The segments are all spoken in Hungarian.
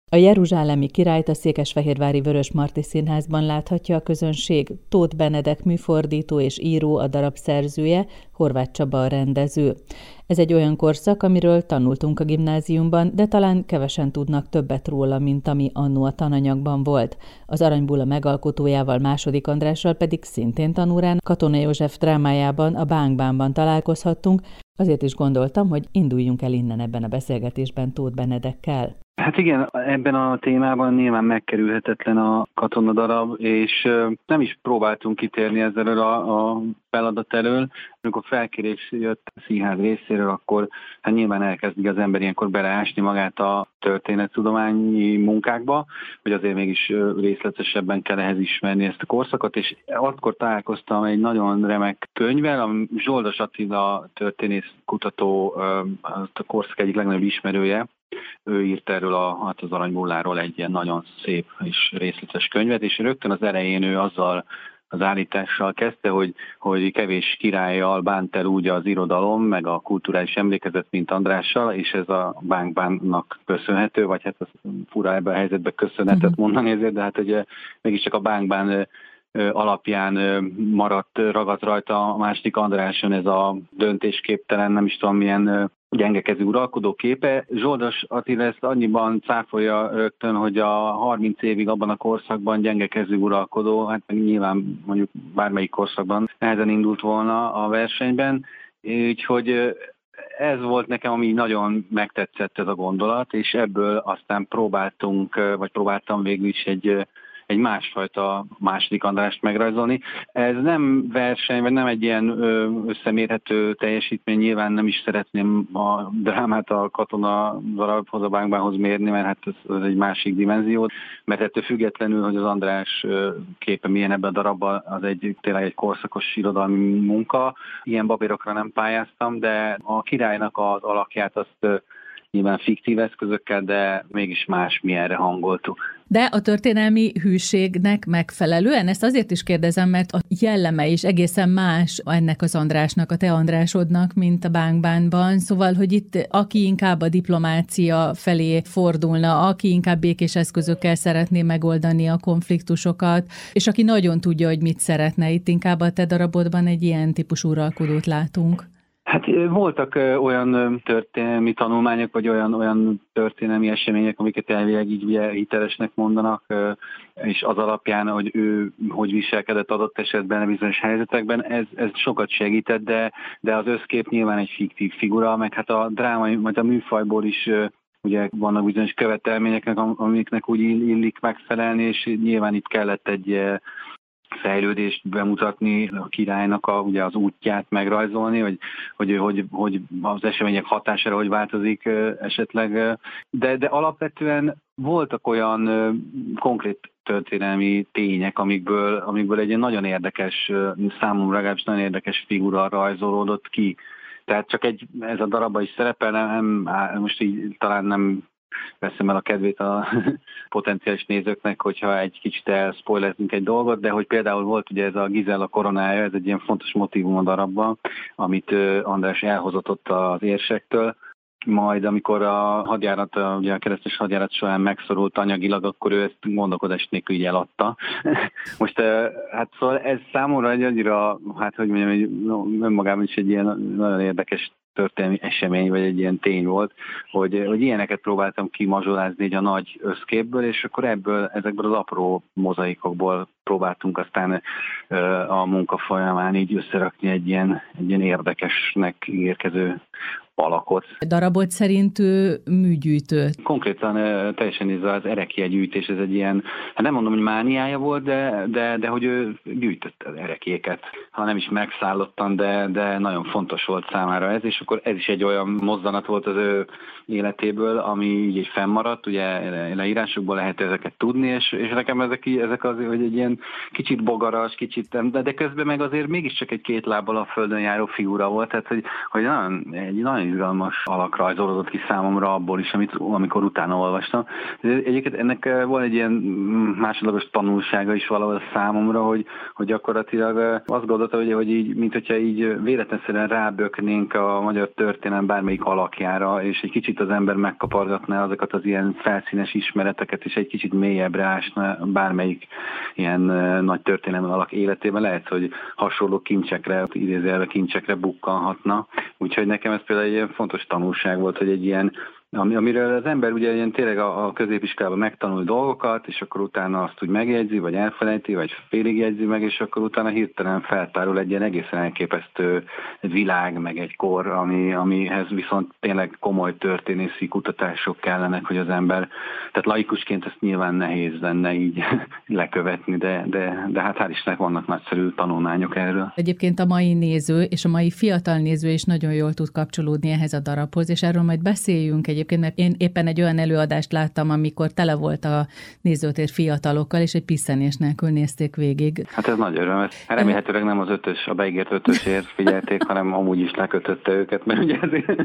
A jeruzsálemi királyt a székesfehérvári Vörösmarty Színházban láthatja a közönség. Tóth Benedek műfordító és író, a darab szerzője, Horváth Csaba a rendező. Ez egy olyan korszak, amiről tanultunk a gimnáziumban, de talán kevesen tudnak többet róla, mint ami annó a tananyagban volt. Az Aranybulla megalkotójával, Második Andrással pedig szintén tanúrán Katona József drámájában, a Bánk-Bánban találkozhattunk, azért is gondoltam, hogy induljunk el innen ebben a beszélgetésben Tóth Benedekkel. Hát igen, ebben a témában nyilván megkerülhetetlen a Katona darab, és nem is próbáltunk kitérni ezzel a feladat elől. Amikor felkérés jött a színház részéről, akkor hát nyilván elkezdik az ember ilyenkor beleásni magát a történettudományi munkákba, hogy azért mégis részletesebben kell ehhez ismerni ezt a korszakot, és akkor találkoztam egy nagyon remek könyvvel, a Zsoldos Attila történész kutató, a korszak egyik legnagyobb ismerője. Ő írt erről az Aranybulláról egy ilyen nagyon szép és részletes könyvet, és rögtön az elején ő azzal az állítással kezdte, hogy kevés királlyal bánt el úgy az irodalom, meg a kulturális emlékezet, mint Andrással, és ez a Bánk-Bánnak köszönhető, vagy hát az fura ebben a helyzetben köszönhetet mondani ezért, de hát ugye mégiscsak a Bánk-Bán alapján ragadt rajta a Második Andráson ez a döntésképtelen, nem is tudom milyen gyengekezű uralkodó képe. Zsoldos Attila ezt annyiban cáfolja rögtön, hogy a 30 évig abban a korszakban gyengekezű uralkodó, hát nyilván mondjuk bármelyik korszakban nehezen indult volna a versenyben, úgyhogy ez volt nekem, ami nagyon megtetszett ez a gondolat, és ebből aztán próbáltam végül is egy másfajta Második Andrást megrajzolni. Ez nem verseny, vagy nem egy ilyen összemérhető teljesítmény, nyilván nem is szeretném a drámát a Katona darabhoz, a Bánk-Bánhoz mérni, mert hát ez egy másik dimenzió, mert ettől függetlenül, hogy az András képe milyen ebben a darabban, az tényleg egy korszakos irodalmi munka. Ilyen babérokra nem pályáztam, de a királynak az alakját azt nyilván fiktív eszközökkel, de mégis milyenre hangoltuk. De a történelmi hűségnek megfelelően? Ezt azért is kérdezem, mert a jelleme is egészen más ennek az Andrásnak, a te Andrásodnak, mint a Bánk-Bánban. Szóval, hogy itt aki inkább a diplomácia felé fordulna, aki inkább békés eszközökkel szeretné megoldani a konfliktusokat, és aki nagyon tudja, hogy mit szeretne. Itt inkább a te darabodban egy ilyen típusú uralkodót látunk. Hát voltak olyan történelmi tanulmányok, vagy olyan történelmi események, amiket elvileg így ugye hitelesnek mondanak, és az alapján, hogy ő hogy viselkedett adott esetben a bizonyos helyzetekben, ez sokat segített, de az összkép nyilván egy fiktív figura, meg hát a drámai, majd a műfajból is ugye vannak bizonyos követelmények, amiknek úgy illik megfelelni, és nyilván itt kellett egy fejlődést bemutatni, a királynak ugye az útját megrajzolni, hogy az események hatására hogy változik esetleg. De alapvetően voltak olyan konkrét történelmi tények, amikből egy nagyon érdekes, számomra legalábbis nagyon érdekes figura rajzolódott ki. Tehát csak ez a darabban is szerepel, most így talán nem veszem el a kedvét a potenciális nézőknek, hogyha egy kicsit elspoilerezünk egy dolgot, de hogy például volt ugye ez a Gizella koronája, ez egy ilyen fontos motívum a darabban, amit András elhozott ott az érsektől, majd amikor ugye a keresztes hadjárat során megszorult anyagilag, akkor ő ezt gondolkodás nélkül így eladta. Most hát szóval ez számomra egy annyira, hát hogy mondjam, önmagában is egy ilyen nagyon érdekes történelmi esemény, vagy egy ilyen tény volt, hogy ilyeneket próbáltam kimazsolázni így a nagy összképből, és akkor ezekből az apró mozaikokból próbáltunk aztán a munka folyamán így összerakni egy ilyen érdekesnek érkező alakot. Darabot szerint ő műgyűjtő. Konkrétan teljesen ez az ereklyegyűjtés, ez egy ilyen, hát nem mondom, hogy mániája volt, de hogy ő gyűjtött ereklyéket. Ha nem is megszállottan, de nagyon fontos volt számára ez, és akkor ez is egy olyan mozzanat volt az ő életéből, ami így fennmaradt, ugye leírásokból lehet ezeket tudni, és nekem ezek azért, hogy egy ilyen kicsit bogaras, de közben meg azért mégiscsak egy két lábbal a földön járó figura volt, tehát hogy egy nagyon izgalmas alak rajzolódott ki számomra abból is, amikor utána olvastam. Egyébként ennek van egy ilyen másodlagos tanulsága is valahol számomra, hogy gyakorlatilag azt gondoltam, hogy így, mint hogyha így véletlenszerűen ráböknénk a magyar történelem bármelyik alakjára, és egy kicsit az ember megkapargatná azokat az ilyen felszínes ismereteket, és egy kicsit mélyebbre ásna bármelyik ilyen nagy történelmi alak életében. Lehet, hogy hasonló kincsekre, idézőjelben kincsekre bukkanhatna. Úgyhogy nekem ez például egy ilyen fontos tanulság volt, hogy egy ilyen, amiről az ember ugye ilyen tényleg a középiskolában megtanul dolgokat, és akkor utána azt úgy megjegyzi, vagy elfelejti, vagy félig jegyzi meg, és akkor utána hirtelen feltárul egy ilyen egészen elképesztő világ, meg egy kor, amihez viszont tényleg komoly történészi kutatások kellenek, hogy az ember, tehát laikusként ezt nyilván nehéz lenne így lekövetni, de hát hál' Istennek vannak nagyszerű tanulmányok erről. Egyébként a mai néző, és a mai fiatal néző is nagyon jól tud kapcsolódni ehhez a darabhoz, és erről majd beszéljünk egyébként, mert én éppen egy olyan előadást láttam, amikor tele volt a nézőtér fiatalokkal, és egy pisszenés nélkül nézték végig. Hát ez nagy öröm. Remélhetőleg nem az a beígért 5-ösért figyelték, hanem amúgy is lekötötte őket, mert ugye ezért...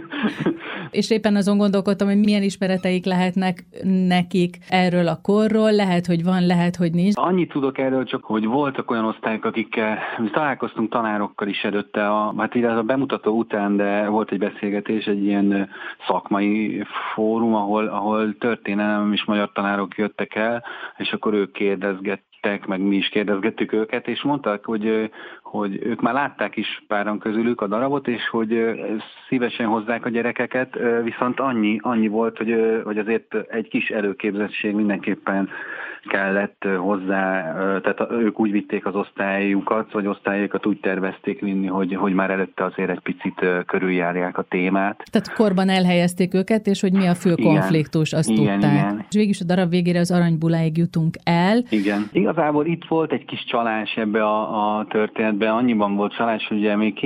És éppen azon gondolkodtam, hogy milyen ismereteik lehetnek nekik erről a korról, lehet, hogy van, lehet, hogy nincs. Annyit tudok erről csak, hogy voltak olyan osztályok, akikkel találkoztunk tanárokkal is előtte, hát így a bemutató után, de volt egy beszélgetés, egy ilyen szakmai fórum, ahol történelem és magyar tanárok jöttek el, és akkor ők kérdezgettek, meg mi is kérdezgettük őket, és mondták, hogy ők már látták is páran közülük a darabot, és hogy szívesen hozzák a gyerekeket, viszont annyi volt, hogy azért egy kis előképzettség mindenképpen kellett hozzá, tehát ők úgy vitték az osztályukat, vagy osztályokat úgy tervezték vinni, hogy már előtte azért egy picit körüljárják a témát. Tehát korban elhelyezték őket, és hogy mi a fő konfliktus, azt tudták. Igen. És végülis a darab végére az Aranybuláig jutunk el. Igen. Igazából itt volt egy kis csalás ebbe a történetben. Annyiban volt csalás, hogy ugye még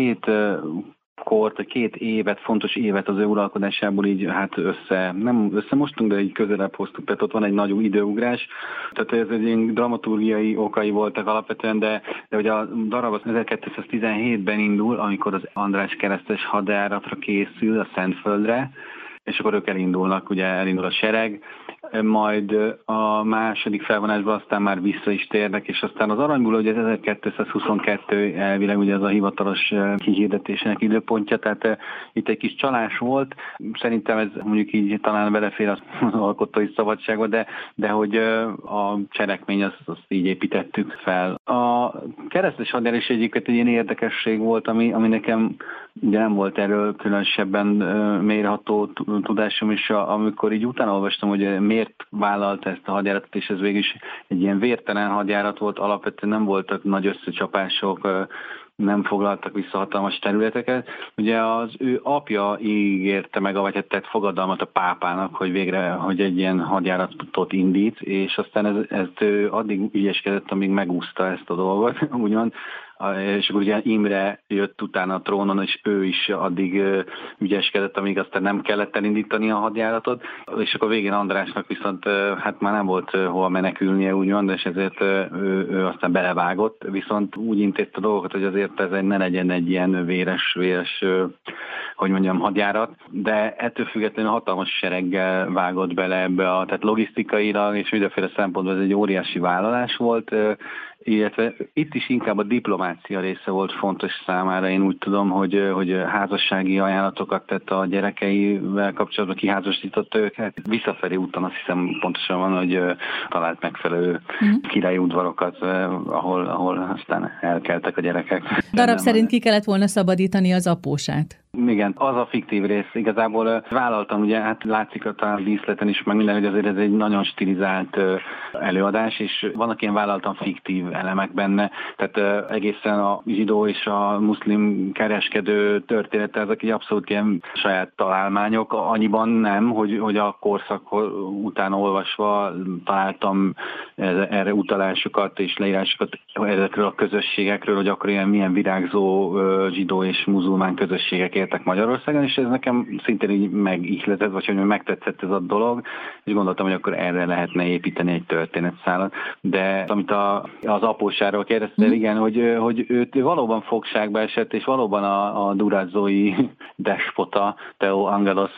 két évet, fontos évet az ő uralkodásából így nem összemostunk, de így közelebb hoztuk, tehát ott van egy nagy időugrás. Tehát ez egy ilyen dramaturgiai okai voltak alapvetően, de ugye a darab az 1217-ben indul, amikor az András keresztes hadjáratra készül a Szentföldre, és akkor ők elindul a sereg, majd a második felvonásban aztán már vissza is térnek, és aztán az Aranybula ugye 1222 elvileg ugye ez a hivatalos kihirdetésének időpontja, tehát itt egy kis csalás volt. Szerintem ez mondjuk így talán belefér az alkotói szabadságba, de hogy a cselekmény azt így építettük fel. A keresztes hadjár is egyébként egy ilyen érdekesség volt, ami nekem ugye nem volt erről különösebben mélyreható tudásom, és amikor így utána olvastam, hogy miért vállalta ezt a hadjáratot, és ez végül is egy ilyen vértelen hadjárat volt, alapvetően nem voltak nagy összecsapások, nem foglaltak vissza hatalmas területeket. Ugye az ő apja ígérte meg, vagy tett fogadalmat a pápának, hogy egy ilyen hadjáratot indít, és aztán ezt addig ügyeskedett, amíg megúszta ezt a dolgot, úgymond. És akkor ugye Imre jött utána a trónon, és ő is addig ügyeskedett, amíg aztán nem kellett elindítani a hadjáratot, és akkor végén Andrásnak viszont hát már nem volt hova menekülnie, úgymond, és ezért ő aztán belevágott, viszont úgy intézte a dolgokat, hogy azért ez ne legyen egy ilyen véres, hogy mondjam, hadjárat, de ettől függetlenül hatalmas sereggel vágott bele ebbe tehát logisztikailag és mindenféle szempontból ez egy óriási vállalás volt, illetve itt is inkább a diplomácia része volt fontos számára. Én úgy tudom, hogy házassági ajánlatokat tett a gyerekeivel kapcsolatban, kiházasította őket. Visszafelé úton azt hiszem pontosan van, hogy talált megfelelő királyi udvarokat, ahol aztán elkeltek a gyerekek. Darab szerint ki kellett volna szabadítani az apósát. Igen, az a fiktív rész. Igazából vállaltam, ugye, hát látszik a díszleten is, meg minden, hogy azért ez egy nagyon stilizált előadás, és vannak ilyen vállaltan fiktív elemek benne, tehát egészen a zsidó és a muszlim kereskedő története, ezek egy abszolút ilyen saját találmányok, annyiban nem, hogy a korszak után olvasva találtam erre utalásokat és leírásokat ezekről a közösségekről, hogy akkor ilyen milyen virágzó zsidó és muzulmán közösségek éltek Magyarországon, és ez nekem szintén így megihletett, vagy hogy megtetszett ez a dolog, és gondoltam, hogy akkor erre lehetne építeni egy történetszálat. De amit az apósáról kérdeztél, igen, hogy őt valóban fogságba esett, és valóban a durazói despota Theo Angelos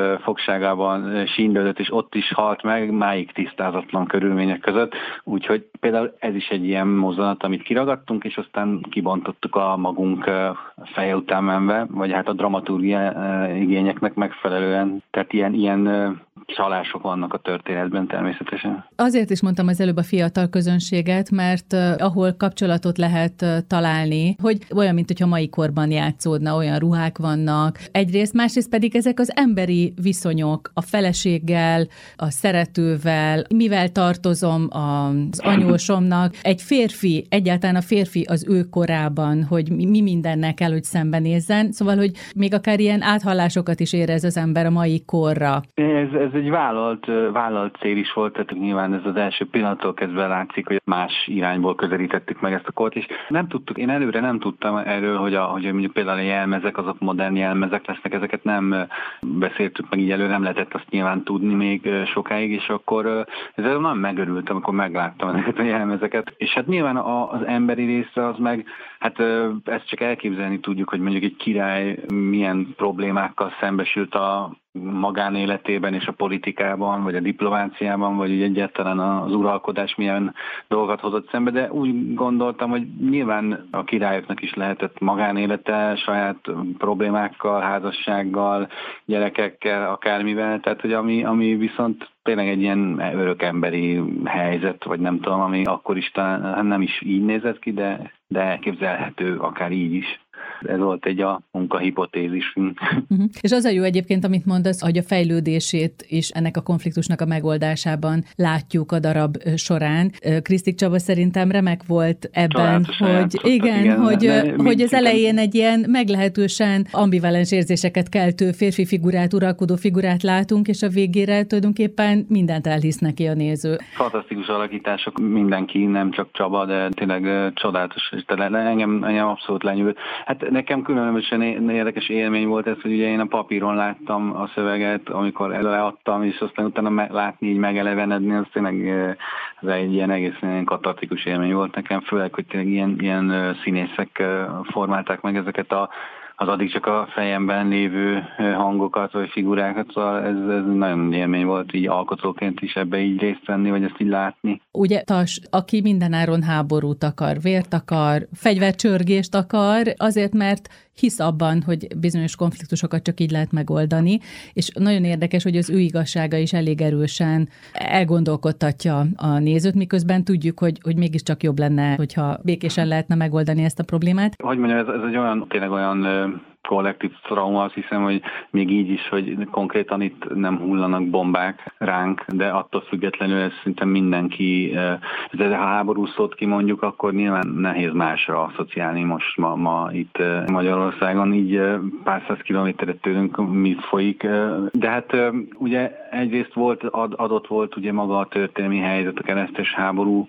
fogságában síndődött, és ott is halt meg, máig tisztázatlan körülmények között. Úgyhogy például ez is egy ilyen mozzanat, amit kiragadtunk, és aztán kibontottuk a magunk feje után menve, vagy hát a dramaturgia igényeknek megfelelően. Tehát ilyen csalások vannak a történetben természetesen. Azért is mondtam az előbb a fiatal közönséget, mert ahol kapcsolatot lehet találni, hogy olyan, mint hogyha mai korban játszódna, olyan ruhák vannak. Egyrészt, másrészt pedig ezek az emberi viszonyok a feleséggel, a szeretővel, mivel tartozom az anyósomnak. Egy férfi, egyáltalán a férfi az ő korában, hogy mi mindennel kell, hogy szembenézzen. Szóval, hogy még akár ilyen áthallásokat is érez az ember a mai korra. Ez egy vállalt cél is volt, tehát nyilván ez az első pillanattól kezdve látszik, hogy más irányból közelítettük meg ezt a kort, és nem tudtuk, én előre nem tudtam erről, hogy mondjuk például a jelmezek, azok modern jelmezek lesznek, ezeket nem beszéltük meg így előre, nem lehetett azt nyilván tudni még sokáig, és akkor ezzel nagyon megörültem, amikor megláttam ezeket a jelmezeket, és hát nyilván az emberi része az meg, hát ezt csak elképzelni tudjuk, hogy mondjuk egy király milyen problémákkal szembesült a magánéletében és a politikában, vagy a diplomáciában, vagy egyáltalán az uralkodás milyen dolgokat hozott szembe, de úgy gondoltam, hogy nyilván a királyoknak is lehetett magánélete, saját problémákkal, házassággal, gyerekekkel, akármivel, tehát hogy ami viszont tényleg egy ilyen örökemberi helyzet, vagy nem tudom, ami akkor is talán nem is így nézett ki, de elképzelhető akár így is. Ez volt egy a munkahipotézisünk. És az a jó egyébként, amit mondasz, hogy a fejlődését is ennek a konfliktusnak a megoldásában látjuk a darab során. Krisztik Csaba szerintem remek volt ebben, hogy igen, hogy az elején egy ilyen meglehetősen ambivalens érzéseket keltő férfi figurát, uralkodó figurát látunk, és a végére tulajdonképpen mindent elhisz neki a néző. Fantasztikus alakítások, mindenki, nem csak Csaba, de tényleg csodálatos, és engem abszolút lenyűgözött. Hát nekem különösen érdekes élmény volt ez, hogy ugye én a papíron láttam a szöveget, amikor leadtam, és aztán utána látni így megelevenedni, az tényleg ez egy ilyen egészen katartikus élmény volt nekem, főleg, hogy tényleg ilyen színészek formálták meg ezeket az addig csak a fejemben lévő hangokat, vagy figurákat, szóval ez nagyon élmény volt így alkotóként is ebbe így részt venni, vagy ezt így látni. Ugye Tas, aki mindenáron háborút akar, vért akar, fegyvercsörgést akar, azért mert hisz abban, hogy bizonyos konfliktusokat csak így lehet megoldani, és nagyon érdekes, hogy az ő igazsága is elég erősen elgondolkodtatja a nézőt, miközben tudjuk, hogy mégiscsak jobb lenne, hogyha békésen lehetne megoldani ezt a problémát. Hogy mondjam, ez egy tényleg olyan kollektív trauma, azt hiszem, hogy még így is, hogy konkrétan itt nem hullanak bombák ránk, de attól függetlenül ez szinte mindenki, de ha háború szót kimondjuk, akkor nyilván nehéz másra asszociálni most ma itt Magyarországon, így pár száz kilométerre tőlünk mi folyik. De hát ugye egyrészt adott volt ugye maga a történelmi helyzet, a keresztes háború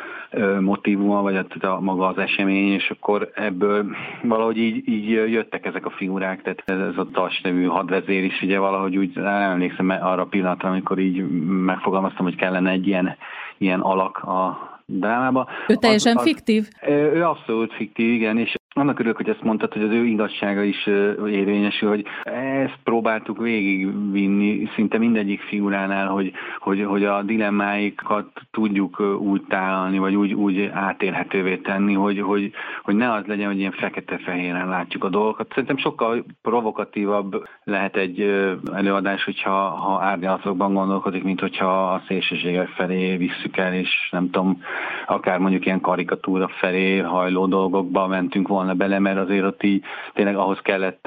motívuma, vagy maga az esemény, és akkor ebből valahogy így jöttek ezek a figurák, tehát ez a Tas nevű hadvezér is ugye valahogy úgy, nem emlékszem arra a pillanatra, amikor így megfogalmaztam, hogy kellene egy ilyen alak a drámába. Ő teljesen fiktív? Ő abszolút fiktív, igen, és annak örülök, hogy ezt mondtad, hogy az ő igazsága is érvényesül, hogy ezt próbáltuk végigvinni szinte mindegyik figuránál, hogy a dilemmáikat tudjuk úgy tálalni, vagy úgy átélhetővé tenni, hogy ne az legyen, hogy ilyen fekete-fehéren látjuk a dolgokat. Szerintem sokkal provokatívabb lehet egy előadás, hogyha árnyalatokban gondolkodik, mint hogyha a szélsőségek felé visszük el, és nem tudom, akár mondjuk ilyen karikatúra felé hajló dolgokba mentünk volna volna bele, mert azért ott így tényleg ahhoz kellett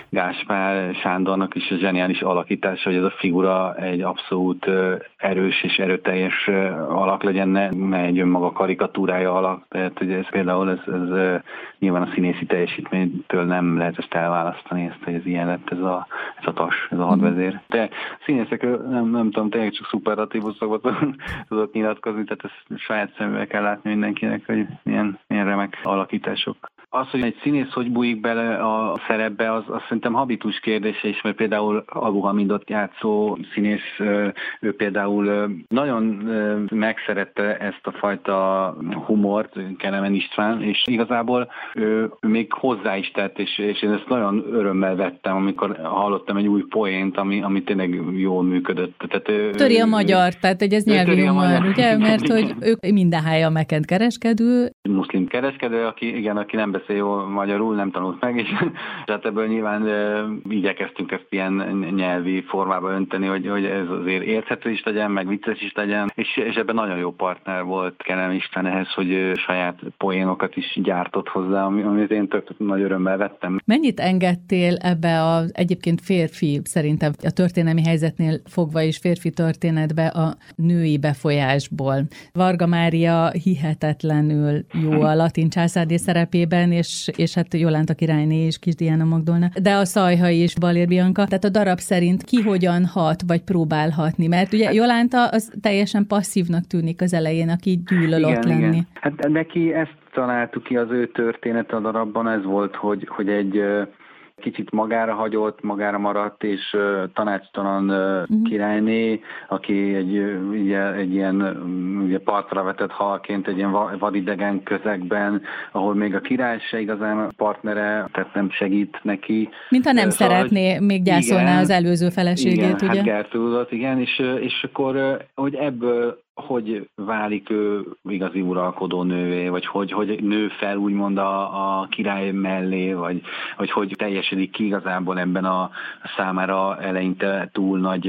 Gáspár Sándornak is a zseniális alakítása, hogy ez a figura egy abszolút erős és erőteljes alak legyen, ne egy önmaga karikatúrája alak. Tehát hogy ez például ez nyilván a színészi teljesítménytől nem lehet ezt elválasztani, hogy ez ilyen lett ez a tas, ez a hadvezér. De színészekről nem tudom, tényleg csak szuperlatívuszokat tudok nyilatkozni, tehát ezt saját szemüvel kell látni mindenkinek, hogy milyen remek alakítások. Az, hogy egy színész hogy bújik bele a szerepbe, az szerintem habitus kérdése is, mert például Abu Hamidot játszó színész, ő például nagyon megszerette ezt a fajta humort, Kelemen István, és igazából ő még hozzá is tett, és én ezt nagyon örömmel vettem, amikor hallottam egy új poént, ami tényleg jól működött. Töri a magyar, tehát egy ez nyelvi humor, ugye? Mert hogy ők mindenhája megent kereskedő. Muszlim kereskedő, aki nem beszél jól magyarul, nem tanult meg, és hát ebből nyilván igyekeztünk ezt ilyen nyelvi formába önteni, hogy ez azért érthető is legyen, meg vicces is legyen, és ebben nagyon jó partner volt Kelemen István ehhez, hogy saját poénokat is gyártott hozzá, amit én tök nagy örömmel vettem. Mennyit engedtél ebbe az egyébként férfi, szerintem a történelmi helyzetnél fogva is férfi történetbe a női befolyásból? Varga Mária hihetetlenül jó a latin császárné szerepében, és hát Jolánta királyné és Kis Diana Magdolna, de a Szajhai és Balér Bianca, tehát a darab szerint ki hogyan hat, vagy próbál hatni, mert ugye Jolánta az teljesen passzívnak tűnik az elején, aki gyűlöl ott lenni. Igen. Hát neki ezt találtuk ki, az ő története a darabban, ez volt, hogy egy kicsit magára maradt, és tanácstalan királyné, aki egy ilyen ugye partra vetett halként egy ilyen vadidegen közegben, ahol még a király se igazán partnere, tehát nem segít neki. Mintha nem szeretné, még gyászolná igen, az előző feleségét, igen, ugye? Hát Gertrudot, igen, és akkor, hogy ebből hogy válik ő igazi uralkodó nővé, vagy hogy nő fel úgymond a király mellé, vagy hogy teljesedik ki igazából ebben a számára eleinte túl nagy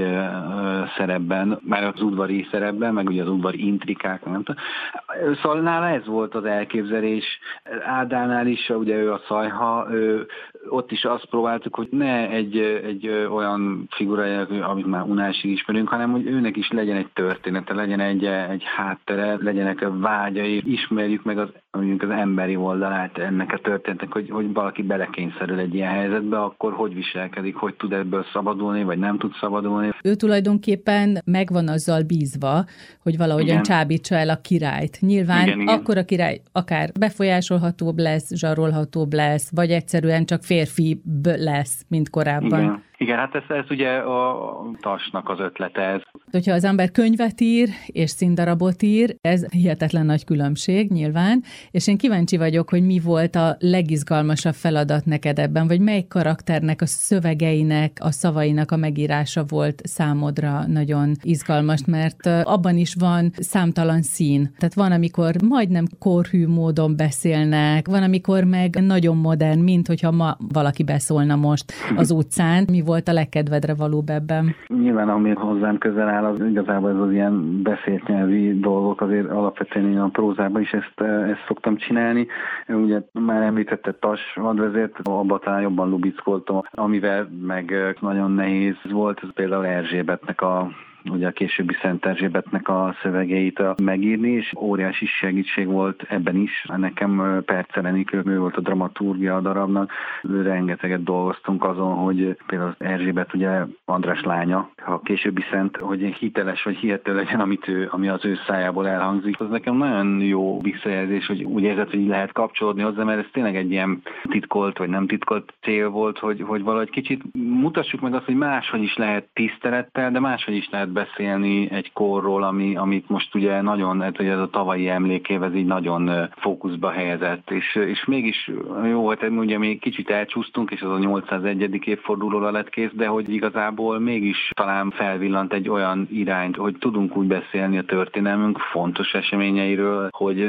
szerepben, már az udvari szerepben, meg ugye az udvari intrikák, nem tudom. Szóval nála ez volt az elképzelés. Ádánál is, ugye ő a Szajha, ott is azt próbáltuk, hogy ne egy olyan figura, amit már unásig ismerünk, hanem hogy őnek is legyen egy története, legyen egy háttere, legyenek a vágyai, ismerjük meg az emberi oldalát ennek a történetnek, hogy valaki belekényszerül egy ilyen helyzetbe, akkor hogy viselkedik, hogy tud ebből szabadulni, vagy nem tud szabadulni. Ő tulajdonképpen megvan azzal bízva, hogy valahogyan csábítsa el a királyt. Nyilván igen. Akkor a király akár befolyásolhatóbb lesz, zsarolhatóbb lesz, vagy egyszerűen csak férfibb lesz, mint korábban. Igen, hát ez ugye a Tasnak az ötlete ez. Hogyha az ember könyvet ír és színdarabot ír, ez hihetetlen nagy különbség nyilván, és én kíváncsi vagyok, hogy mi volt a legizgalmasabb feladat neked ebben, vagy melyik karakternek, a szövegeinek, a szavainak a megírása volt számodra nagyon izgalmas, mert abban is van számtalan szín. Tehát van, amikor majdnem korhű módon beszélnek, van, amikor meg nagyon modern, mint hogyha ma valaki beszólna most az utcán. Mi volt a legkedvedre valóbb ebben? Nyilván, ami hozzám közel áll, az igazából ez az ilyen beszélt nyelvi dolgok, azért alapvetően én a prózában is ezt szoktam csinálni. Ugye már említette Tas hadvezért, abban talán jobban lubickoltam, amivel meg nagyon nehéz volt, ez például Erzsébetnek ugye a későbbi Szent Erzsébetnek a szövegeit megírni, és óriási segítség volt ebben is. Nekem Percel Enikő, ő volt a dramaturgia a darabnak. Rengeteget dolgoztunk azon, hogy például az Erzsébet, ugye András lánya, a későbbi szent, hogy hiteles vagy hihető legyen, ami az ő szájából elhangzik. Az nekem nagyon jó visszajelzés, hogy úgy érzed, hogy lehet kapcsolódni hozzá, mert ez tényleg egy ilyen titkolt vagy nem titkolt cél volt, hogy valahogy kicsit mutassuk meg azt, hogy máshogy is lehet tisztelettel, de máshogy is lehet beszélni egy korról, amit most ugye nagyon, ez a tavalyi emlékév, ez így nagyon fókuszba helyezett, és mégis jó volt, ugye még kicsit elcsúsztunk, és az a 801. évfordulóra lett kész, de hogy igazából mégis talán felvillant egy olyan irányt, hogy tudunk úgy beszélni a történelmünk fontos eseményeiről, hogy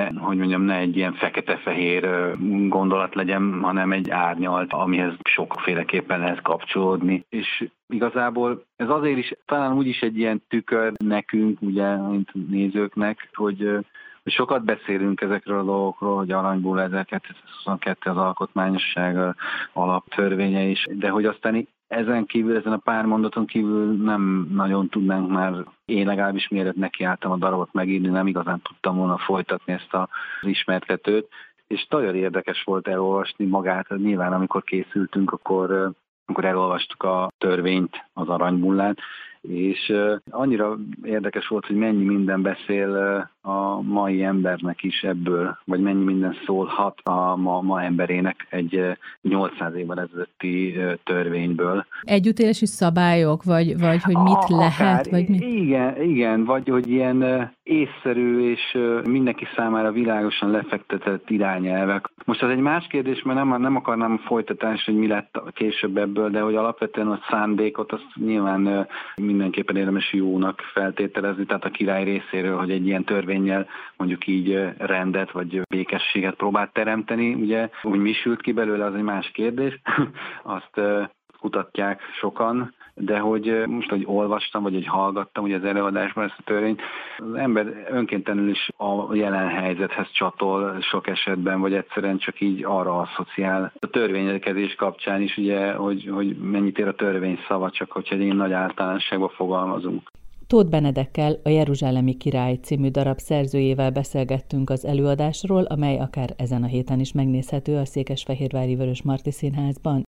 ne egy ilyen fekete-fehér gondolat legyen, hanem egy árnyalt, amihez sokféleképpen lehet kapcsolódni. És igazából ez azért is talán úgyis egy ilyen tükör nekünk, ugye, mint nézőknek, hogy Sokat beszélünk ezekről a dolgokról, hogy Aranybulla 1222 az alkotmányosság alaptörvénye is, de hogy aztán ezen kívül, ezen a pár mondaton kívül nem nagyon tudnánk már, én legalábbis mielőtt nekiálltam a darabot megírni, nem igazán tudtam volna folytatni ezt az ismertetőt, és nagyon érdekes volt elolvasni magát. Nyilván amikor készültünk, akkor elolvastuk a törvényt, az Aranybullát, és annyira érdekes volt, hogy mennyi minden beszél a mai embernek is ebből, vagy mennyi minden szólhat a ma emberének egy 800 évvel ezelőtti törvényből. Együttélési szabályok, vagy hogy mit lehet? Vagy mi? Igen, vagy hogy ilyen észszerű és mindenki számára világosan lefektetett irányelvek. Most az egy más kérdés, mert nem akarnám folytatni, hogy mi lett később ebből, de hogy alapvetően a szándékot azt nyilván mindenképpen érdemes jónak feltételezni, tehát a király részéről, hogy egy ilyen törvénnyel mondjuk így rendet vagy békességet próbált teremteni. Ugye, úgy mi sült ki belőle, az egy más kérdés. Azt kutatják sokan, de hogy most, hogy olvastam, vagy hogy hallgattam ugye az előadásban ezt a törvényt, az ember önkéntelenül is a jelen helyzethez csatol sok esetben, vagy egyszerűen csak így arra asszociál. A törvénykezés kapcsán is ugye, hogy mennyit ér a törvény szava, csak hogyha egy nagy általánosságban fogalmazunk. Tóth Benedekkel, a Jeruzsálemi Király című darab szerzőjével beszélgettünk az előadásról, amely akár ezen a héten is megnézhető a Székesfehérvári Vörösmarty Színházban.